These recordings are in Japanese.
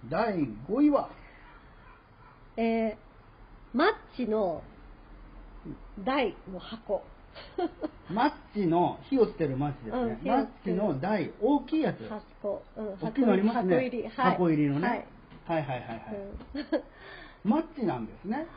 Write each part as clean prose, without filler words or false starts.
第5位はマッチの台の箱。 マッチの火をつけるマッチですね、マッチの台、大きいやつ、 箱、 大きいのありますね、 箱入り、 箱入りのね、 はいはい、マッチなんですね。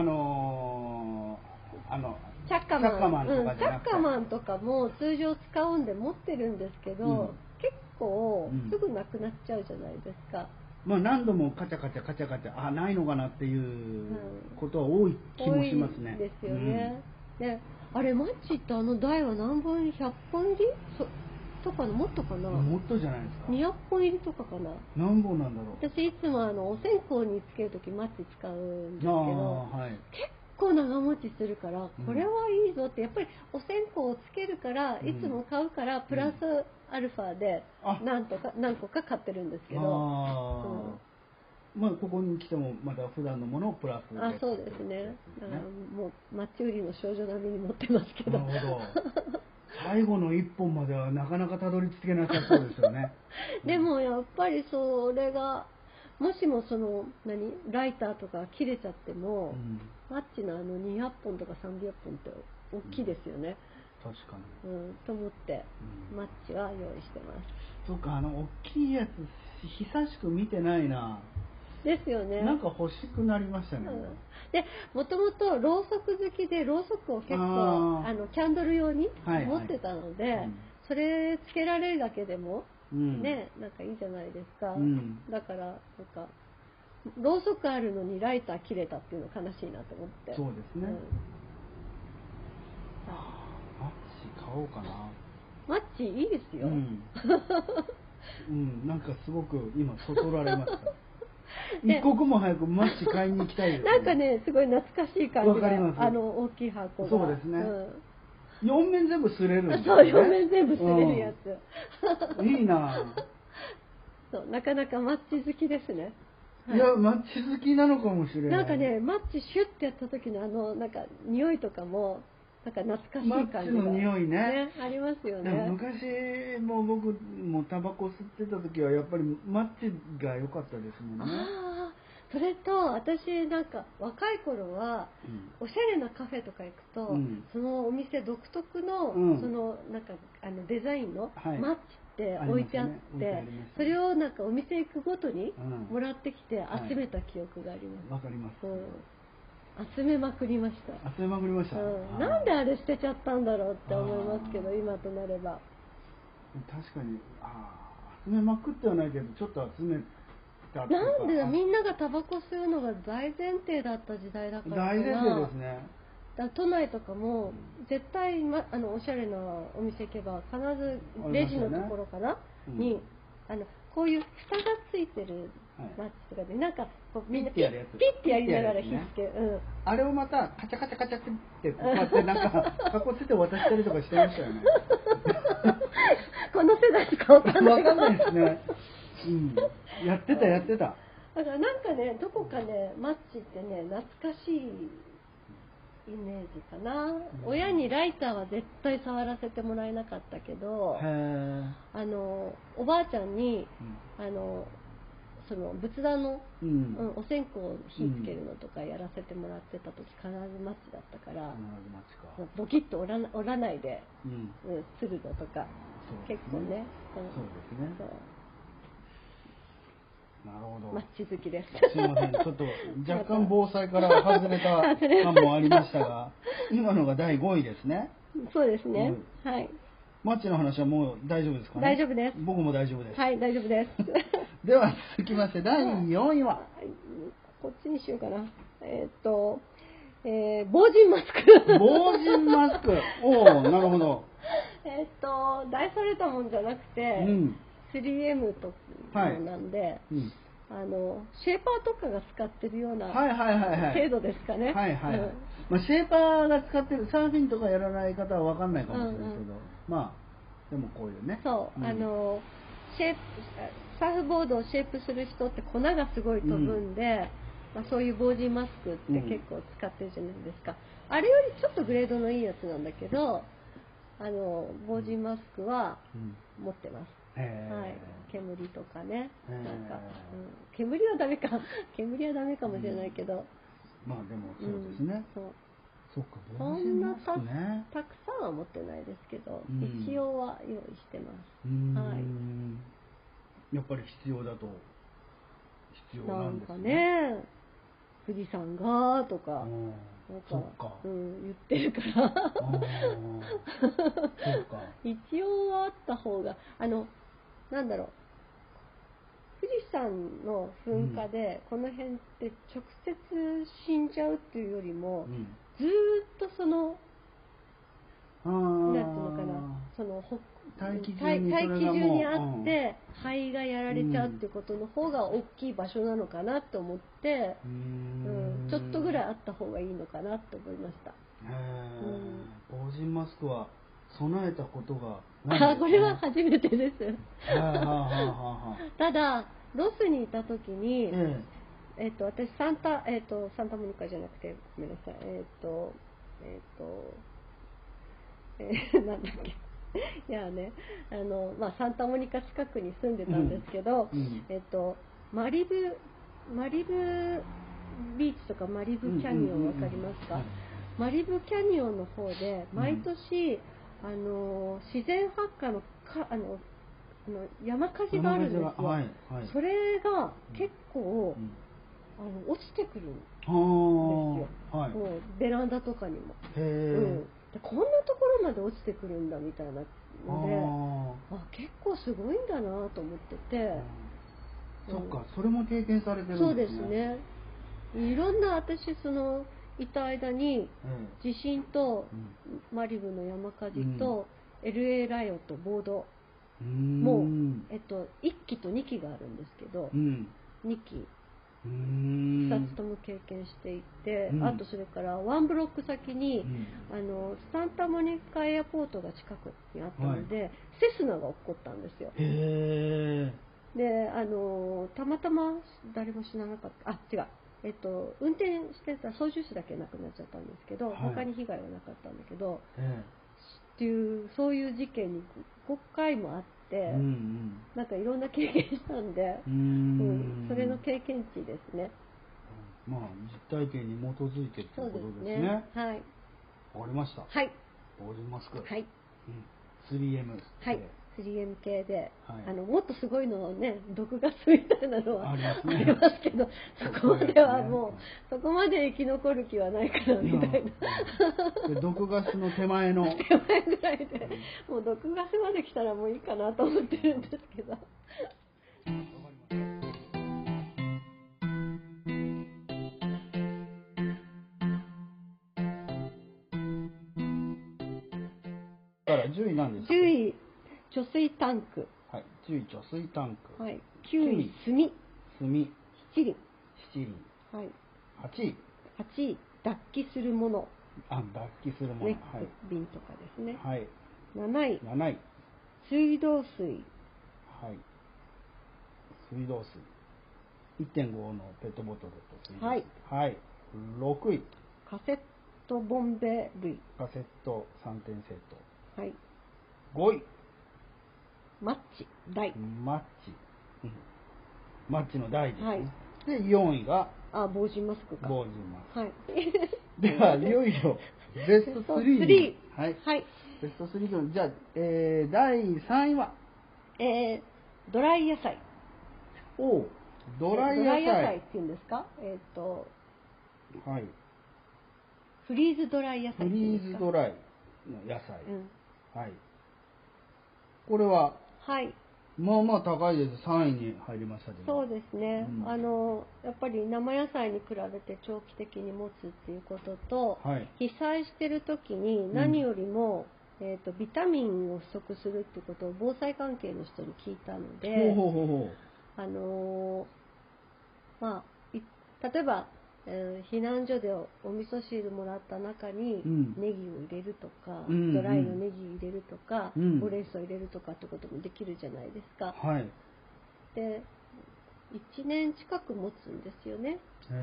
チャッカマンとかじゃなくて、 チャッカマンとかも通常使うんで持ってるんですけど、結構すぐなくなっちゃうじゃないですか。 まあ何度もカチャカチャないのかなっていうことは多い気もしますね。 多いですよね。で、あれマッチって台は何本100本入りとかのもっとかな。 もっとじゃないですか。 200本入りとかかな。 何本なんだろう。 私いつもお線香につけるときマッチ使うんですけど、結構長持ちするから、これはいいぞって、やっぱりお線香をつけるから、いつも買うからプラスアルファで何個か買ってるんですけど。 まあここに来てもまた普段のものをプラスで。 そうですね。もうマッチ売りの少女並みに持ってますけど。 なるほど。最後の1本まではなかなかたどり着けなさそうですよね。 でもやっぱりそれがもしもライターとか切れちゃっても、マッチの200本とか300本って大きいですよね。 確かに。と思って、マッチは用意してます。 そうか、大きいやつ久しく見てないな。 ですよね。 なんか欲しくなりましたね。 で、もともとろうそく好きで、ろうそくを結構キャンドル用に持ってたので、それつけられるだけでもね、なんかいいじゃないですか。だからなんかろうそくあるのにライター切れたっていうの悲しいなと思って。 そうですね。マッチ買おうかな。 マッチいいですよ。 なんかすごく今そそられました。一刻も早くマッチ買いに行きたいです、ね。 なんかね、すごい懐かしい感じが。大きい箱が。 そうですね。4面全部擦れるんですね。 そう、4面全部擦れるやつ。 いいな。 そう、なかなかマッチ好きですね。 いや、マッチ好きなのかもしれない。 なんかね、マッチシュッてやった時のなんか匂いとかも。なんか懐かしい感じが、 マッチの匂いねありますよね。 昔も僕もタバコ吸ってた時はやっぱりマッチが良かったですもんね。 それと私なんか若い頃は、おしゃれなカフェとか行くと、そのお店独特の、そのなんかデザインのマッチって置いてあって、それをなんかお店行くごとにもらってきて集めた記憶があります。 わかります。 集めまくりました。 集めまくりました。 なんであれ捨てちゃったんだろうって思いますけど、今となれば。 確かに集めまくってはないけど、ちょっと集めたっていうか。 なんでみんながタバコ吸うのが大前提だった時代だからかな。 大前提ですね。 都内とかも絶対、おしゃれなお店行けば必ずレジのところからに、こういう蓋がついてるマッチとかで、なんかこうみんなピッてやりながら火つけ、 あれをまたカチャカチャカチャってこうやってなんか囲ってて渡したりとかしてましたよね。 この世代しかわかんない。 わかんないですね。やってた。 だからなんかね、どこかね、マッチってね、懐かしいイメージかな。親にライターは絶対触らせてもらえなかったけど、おばあちゃんに、その仏壇の、お線香を火つけるのとかやらせてもらってた時、必ずマッチだったから、ボキッと折らないで、するのとか、結構ね。 そうですね。なるほど。 マッチ好きです。 すみません、ちょっと若干防災から外れた感もありましたが、今のが第5位ですね。 そうですね。はい。 マッチの話はもう大丈夫ですかね。 大丈夫です。 僕も大丈夫です。 はい、大丈夫です。 では続きまして第4位は、 こっちにしようかな。防塵マスク。 防塵マスク。おお、なるほど。 大それたもんじゃなくて、3M とかなんで、シェーパーとかが使ってるような程度ですかね。 シェーパーが使ってる、サーフィンとかやらない方は分かんないかもしれないけど、まあでもこういうね。 そう、サーフボードをシェイプする人って粉がすごい飛ぶんで、そういう防塵マスクって結構使ってるじゃないですか。あれよりちょっとグレードのいいやつなんだけど、防塵マスクは持ってます。はい。 煙とかね、なんか、煙はダメか煙はダメかもしれないけど、 まあでもそうですね、そうか、 そんなたくさんは持ってないですけど、一応は用意してます。はい。 やっぱり必要だと必要なんですね。 なんかね、富士山がとか、なんか言ってるから一応はあった方が、なんだろう、富士山の噴火でこの辺って直接死んじゃうっていうよりも、ずーっとそのなんていうのかな、その大気中にあって肺がやられちゃうっていうことの方が大きい場所なのかなと思って、ちょっとぐらいあった方がいいのかなと思いました。 防塵マスクは備えたことがないですね。これは初めてです。ただロスにいた時に、私サンタモニカじゃなくて、ごめんなさい、なんだっけいやね、サンタモニカ近くに住んでたんですけど、マリブビーチとかマリブキャニオンわかりますか？マリブキャニオンの方で毎年、自然発火の山火事があるんですよ。それが結構、落ちてくるんですよ。もうベランダとかにも。でこんなところまで落ちてくるんだみたいなので、結構すごいんだなと思ってて。 そっか、それも経験されてるんですね。 そうですね。いろんな、私いた間に地震とマリブの山火事と LA ライオット暴動もう1期と2期があるんですけど、2期2つとも経験していて、あとそれからワンブロック先にサンタモニカエアポートが近くにあったので、セスナが起こったんですよ。でたまたま誰も死ななかった。違う、運転してた操縦士だけ亡くなっちゃったんですけど、他に被害はなかったんだけど、っていうそういう事件に5回もあって、なんかいろんな経験したんで、それの経験値ですね。 まあ実体験に基づいてっていうことですね。 はい。 わかりました。 はい。 防塵マスク。 はい。 3M。 はい。3M 系で、もっとすごいのはね、毒ガスみたいなのはありますけど、そこまではもう、そこまで生き残る気はないかなみたいな。 毒ガスの手前ぐらいで、もう毒ガスまで来たらもういいかなと思ってるんですけど。 から10位なんですか？ 10位貯水タンク。 はい。10位貯水タンク。 はい。9位炭。七輪。はい。 8位脱気するもの。 脱気するもの。 瓶とかですね。 はい。 7位水道水。 はい。水道水。1.5 のペットボトルと水道水。はい。6位カセットボンベ類。 カセット3点セット。 はい。 5位マッチ台。 マッチの台ですね。はい。で4位が防塵マスクか。 防塵マスク。 はい。 ではいよいよベスト3。はい。ベスト3のじゃあ、第3位はドライ野菜。 ドライ野菜っていうんですか？ はい。 フリーズドライ野菜。 フリーズドライの野菜。はい。これは、 はい。 まあまあ高いです。3位に入りましたけど。 そうですね。やっぱり生野菜に比べて長期的に持つっていうことと、被災してる時に何よりも、ビタミンを不足するっていうことを防災関係の人に聞いたので、例えば、避難所でお味噌汁もらった中にネギを入れるとか、ドライのネギ入れるとか、ほうれん草入れるとかってこともできるじゃないですか。で、1年近く持つんですよね。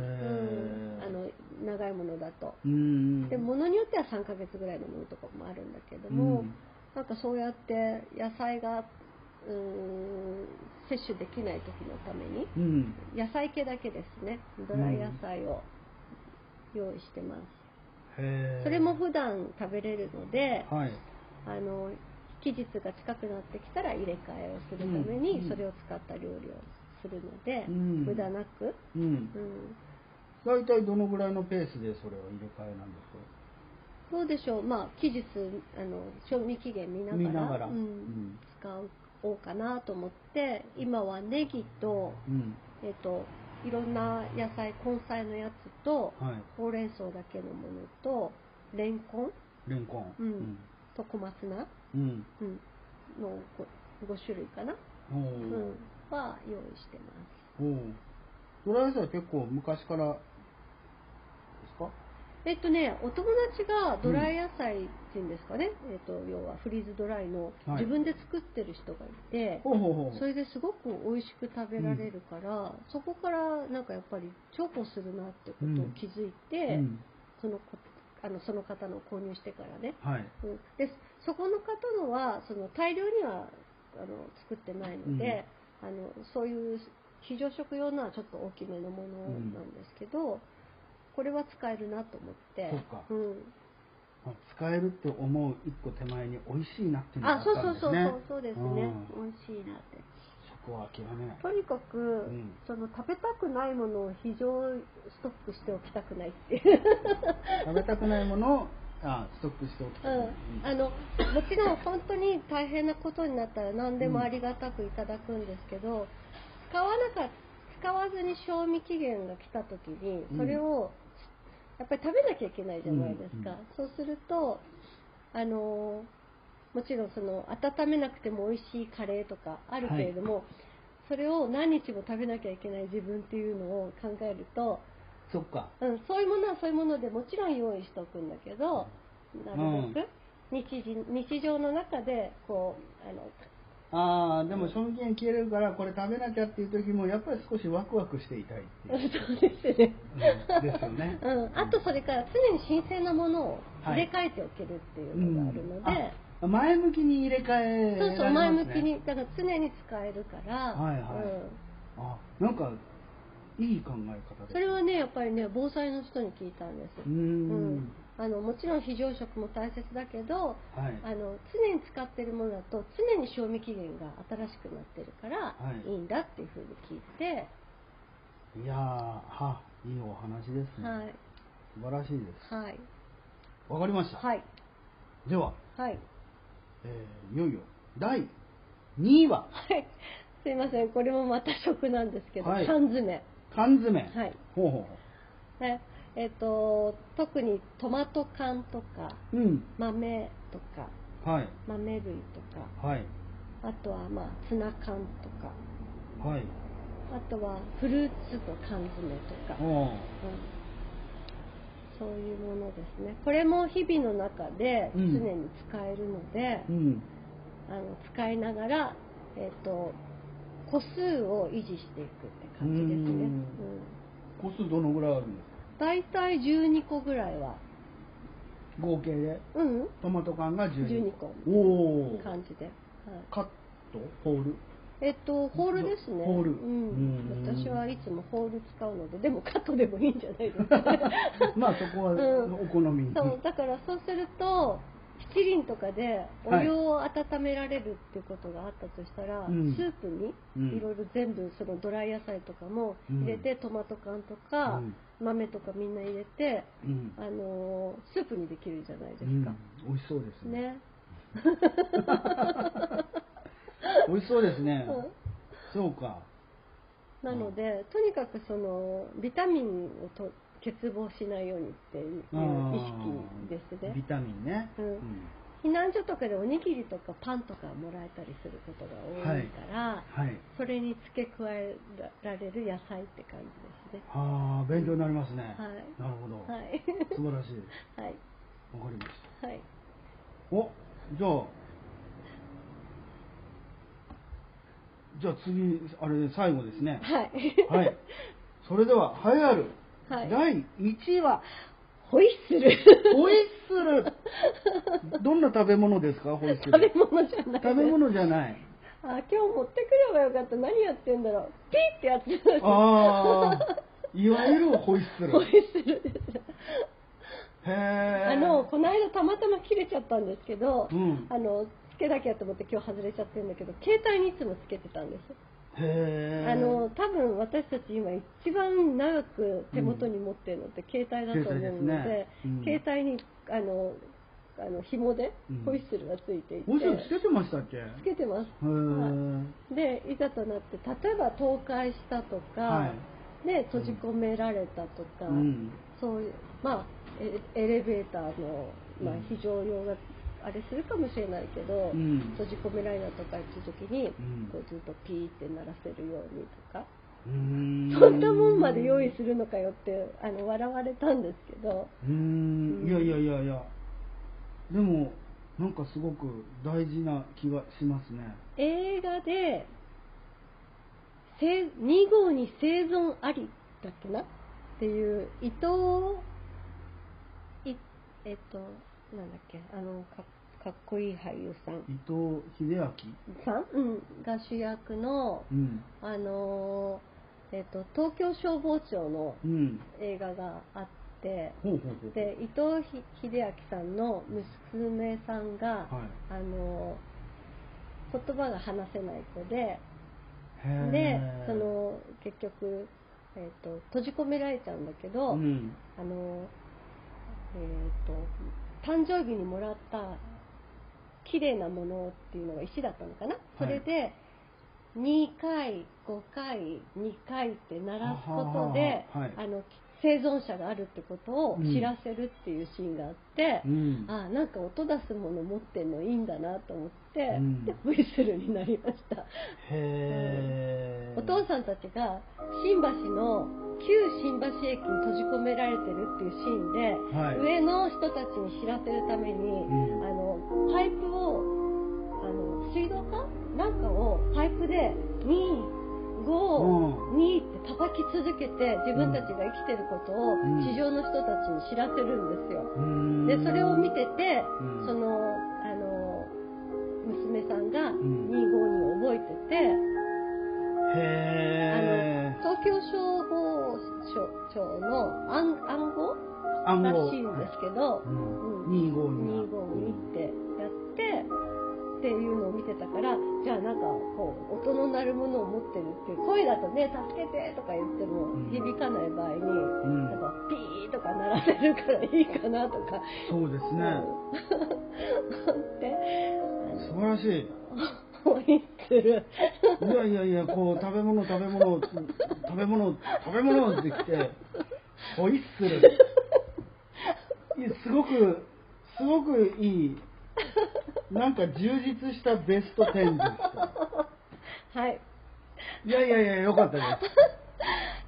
長いものだと。で、ものによっては3ヶ月ぐらいのものとかもあるんだけども、なんかそうやって野菜が摂取できない時のために、 うん、 野菜系だけですね、ドライ野菜を用意してます。それも普段食べれるので、 はい、 期日が近くなってきたら入れ替えをするためにそれを使った料理をするので、無駄なく、 大体どのぐらいのペースでそれを入れ替えなんですか？ どうでしょう、期日賞味期限見ながら使おうかなと思って、今はネギと、いろんな野菜、根菜のやつと、ほうれん草だけのものとレンコン、と小松菜、の 5種類かな、は用意してます。 ドライ野菜結構昔からですか？ お友達がドライ野菜っていうんですかね、要はフリーズドライの自分で作ってる人がいて、それですごく美味しく食べられるから、そこからなんかやっぱり重宝するなってことを気づいて、その方の購入してからね、でそこの方のはその大量には作ってないので、そういう非常食用のはちょっと大きめのものなんですけど、これは使えるなと思って。そうか、 使えるって思う一個手前に美味しいなっていうのがあったんですね。 そうですね、美味しいなって。 食を諦めない。 とにかく、その食べたくないものを非常ストックしておきたくないっていう。 食べたくないものをストックしておきたくない。 もちろん本当に大変なことになったら何でもありがたくいただくんですけど、使わずに賞味期限が来た時にそれをやっぱり食べなきゃいけないじゃないですか。そうするともちろんその温めなくても美味しいカレーとかあるけれども、それを何日も食べなきゃいけない自分っていうのを考えると、 そっか、 そういうものはそういうものでもちろん用意しておくんだけど、なるべく日常の中でこうでも賞味期限切れるからこれ食べなきゃっていう時もやっぱり少しワクワクしていたいっていう。 そうですね。 ですよね。 あとそれから常に新鮮なものを入れ替えておけるっていうのがあるので、 前向きに入れ替えられますね。 そう前向きに、だから常に使えるから、 なんかいい考え方です。 それはねやっぱりね防災の人に聞いたんです。もちろん非常食も大切だけど、常に使ってるものだと常に賞味期限が新しくなってるからいいんだっていうふうに聞いて、 いいお話ですね。素晴らしいです。わかりました。では、いよいよ第2位は、 すいません、これもまた食なんですけど、缶詰。特にトマト缶とか、豆とか、豆類とか、あとはツナ缶とか、あとはフルーツと缶詰とか、そういうものですね。これも日々の中で常に使えるので、使いながら、個数を維持していくって感じですね。 個数どのぐらいあるんですか？ だいたい12個ぐらいは。 合計で？トマト缶が12個。 感じで。 カット？ホール？ ホールですね。 ホール。 私はいつもホール使うので、でもカットでもいいんじゃないですか。 そこはお好みに。 だからそうすると七輪とかでお湯を温められるっていうことがあったとしたら、スープにいろいろ全部そのドライ野菜とかも入れて、トマト缶とか豆とかみんな入れて、スープにできるじゃないですか。 美味しそうですね。美味しそうですね。そうか。 なのでとにかくそのビタミンを欠乏しないようにっていう意識ですね。 ビタミンね。 避難所とかでおにぎりとかパンとかもらえたりすることが多いから、それに付け加えられる野菜って感じですね。 勉強になりますね。なるほど。素晴らしい。わかりました。じゃあ次最後ですね。それでは栄えある第1位はホイッスル。 ホイッスル。どんな食べ物ですか？ホイッスル。 食べ物じゃない。 食べ物じゃない。 今日持ってくればよかった。何やってんだろう。ピーってやってた。 いわゆるホイッスル。 ホイッスルです。 へこの間たまたま切れちゃったんですけど、つけなきゃと思って今日外れちゃってるんだけど、携帯にいつもつけてたんです。多分私たち今一番長く手元に持ってるのって携帯だと思うので、携帯に紐でホイッスルがついていて、 ホイッスルつけてましたっけ？ つけてます。で、いざとなって例えば倒壊したとか、で閉じ込められたとか、そういうエレベーターの非常用があれするかもしれないけど、閉じ込められたとかっていう時に、こうずっとピーって鳴らせるようにとか、そんなもんまで用意するのかよって笑われたんですけど、 いやでもなんかすごく大事な気がしますね。 映画で2号に生存ありだっけなっていう伊藤なんだっけ、かっこいい俳優さん、 伊藤英明さん、が主役の、東京消防庁の映画があって、で伊藤英明さんの娘さんが、言葉が話せない子で、結局、閉じ込められちゃうんだけど、誕生日にもらった綺麗なものっていうのが石だったのかな、それで2回5回2回って鳴らすことで生存者があるってことを知らせるっていうシーンがあって、なんか音出すもの持ってんのいいんだなと思って、でホイッスルになりました。お父さんたちが新橋の旧新橋駅に閉じ込められてるっていうシーンで、上の人たちに知らせるために、パイプを水道管なんかをパイプで2、5、2って叩き続けて自分たちが生きてることを地上の人たちに知らせるんですよ。でそれを見てて、その娘さんが2、5に覚えてて、東京消防庁の暗号らしいんですけど、252ってやってっていうのを見てたから、じゃあなんかこう音の鳴るものを持ってるっていう、声だとね助けてとか言っても響かない場合に、なんかピーとか鳴らせるからいいかなとか。 そうですね。素晴らしい。 ホイッスル。 いやこう食べ物ってきてホイッスル。すごくいい。なんか充実したベスト10でした。 はい。 いやよかったです。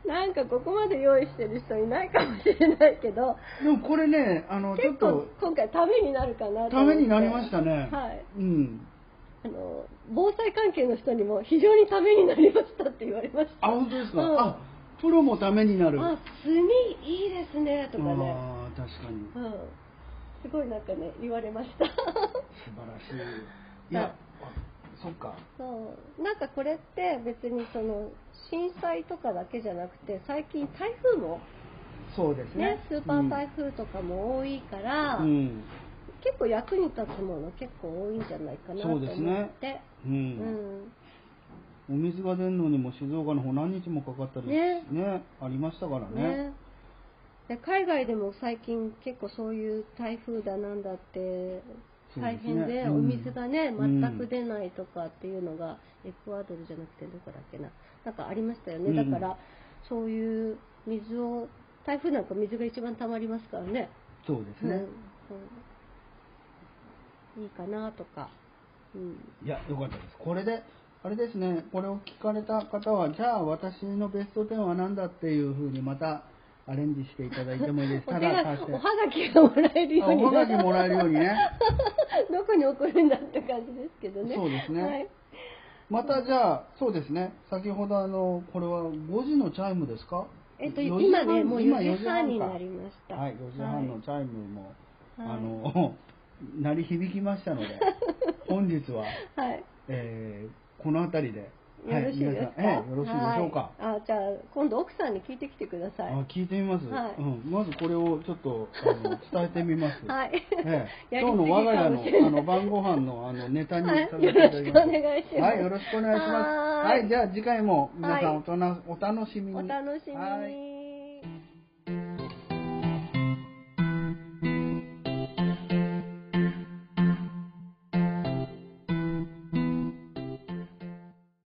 なんかここまで用意してる人いないかもしれないけど。 でもこれね、ちょっと今回ためになるかなと思って。 ためになりましたね。 はい。防災関係の人にも非常にためになりましたって言われました。 本当ですか。プロもためになる。 炭いいですねとかね。 確かに。 すごいなんかね言われました。素晴らしい。いや、そっか。 なんかこれって別にその震災とかだけじゃなくて、最近台風もそうですね。 スーパー台風とかも多いから、結構役に立つもの結構多いんじゃないかなと思って。そうですね。 お水が出るのにも静岡の方何日もかかったりねありましたからね。 で海外でも最近結構そういう台風だなんだって大変で、お水がね全く出ないとかっていうのがエクアドルじゃなくてどこだっけな、なんかありましたよね。だからそういう水を、台風なんか水が一番溜まりますからね。 そうですね。 いいかなとか。 いや、よかったです。これであれですね、これを聞かれた方は、じゃあ私のベスト10は何だっていうふうにまたアレンジしていただいてもいいです。ただおはがきがもらえるように、 おはがきもらえるようにね。 どこに送るんだって感じですけどね。 そうですね。またじゃあ、そうですね、先ほどこれは5時のチャイムですか？ 今ね、もう4時半になりました。 はい、4時半のチャイムも、鳴り響きましたので、本日は、 この辺りでよろしいですか？ よろしいでしょうか。 じゃあ今度奥さんに聞いてきてください。 聞いてみます。まずこれをちょっと伝えてみます。 はい。 今日の我が家の晩ご飯のネタにさせていただきます。 よろしくお願いします。 はい、よろしくお願いします。はい、じゃあ次回も皆さんお楽しみに。 お楽しみに。